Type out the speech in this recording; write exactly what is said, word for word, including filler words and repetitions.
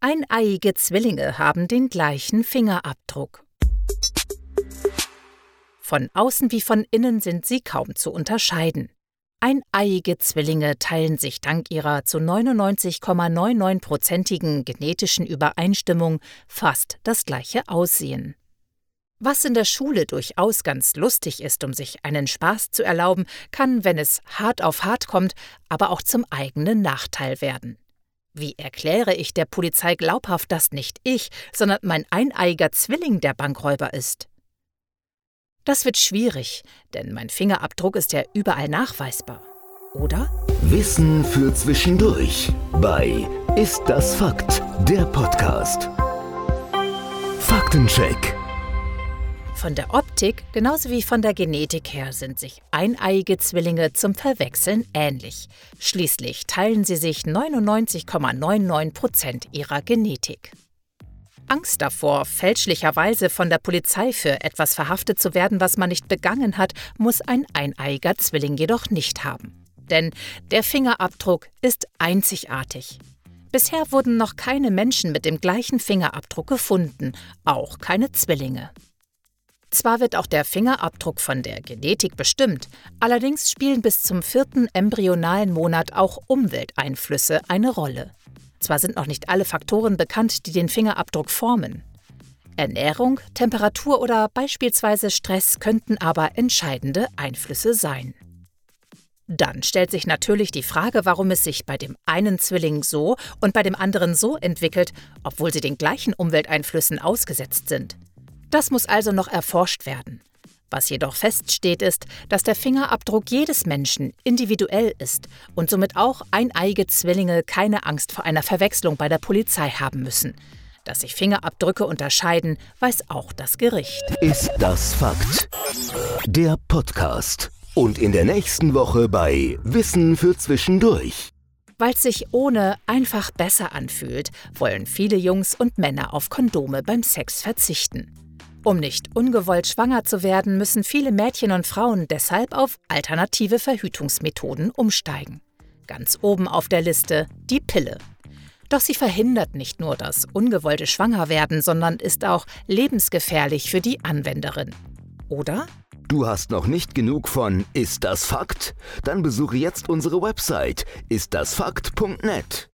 Eineiige Zwillinge haben den gleichen Fingerabdruck. Von außen wie von innen sind sie kaum zu unterscheiden. Eineiige Zwillinge teilen sich dank ihrer zu neunundneunzig Komma neunundneunzig-prozentigen genetischen Übereinstimmung fast das gleiche Aussehen. Was in der Schule durchaus ganz lustig ist, um sich einen Spaß zu erlauben, kann, wenn es hart auf hart kommt, aber auch zum eigenen Nachteil werden. Wie erkläre ich der Polizei glaubhaft, dass nicht ich, sondern mein eineiiger Zwilling der Bankräuber ist? Das wird schwierig, denn mein Fingerabdruck ist ja überall nachweisbar, oder? Wissen für zwischendurch bei Ist das Fakt? Der Podcast. Faktencheck. Von der Optik genauso wie von der Genetik her sind sich eineiige Zwillinge zum Verwechseln ähnlich. Schließlich teilen sie sich neunundneunzig Komma neunundneunzig Prozent ihrer Genetik. Angst davor, fälschlicherweise von der Polizei für etwas verhaftet zu werden, was man nicht begangen hat, muss ein eineiiger Zwilling jedoch nicht haben. Denn der Fingerabdruck ist einzigartig. Bisher wurden noch keine Menschen mit dem gleichen Fingerabdruck gefunden, auch keine Zwillinge. Zwar wird auch der Fingerabdruck von der Genetik bestimmt, allerdings spielen bis zum vierten embryonalen Monat auch Umwelteinflüsse eine Rolle. Zwar sind noch nicht alle Faktoren bekannt, die den Fingerabdruck formen. Ernährung, Temperatur oder beispielsweise Stress könnten aber entscheidende Einflüsse sein. Dann stellt sich natürlich die Frage, warum es sich bei dem einen Zwilling so und bei dem anderen so entwickelt, obwohl sie den gleichen Umwelteinflüssen ausgesetzt sind. Das muss also noch erforscht werden. Was jedoch feststeht, ist, dass der Fingerabdruck jedes Menschen individuell ist und somit auch eineiige Zwillinge keine Angst vor einer Verwechslung bei der Polizei haben müssen. Dass sich Fingerabdrücke unterscheiden, weiß auch das Gericht. Ist das Fakt? Der Podcast. Und in der nächsten Woche bei Wissen für zwischendurch. Weil es sich ohne einfach besser anfühlt, wollen viele Jungs und Männer auf Kondome beim Sex verzichten. Um nicht ungewollt schwanger zu werden, müssen viele Mädchen und Frauen deshalb auf alternative Verhütungsmethoden umsteigen. Ganz oben auf der Liste die Pille. Doch sie verhindert nicht nur das ungewollte Schwangerwerden, sondern ist auch lebensgefährlich für die Anwenderin. Oder? Du hast noch nicht genug von Ist das Fakt? Dann besuche jetzt unsere Website ist das fakt punkt net.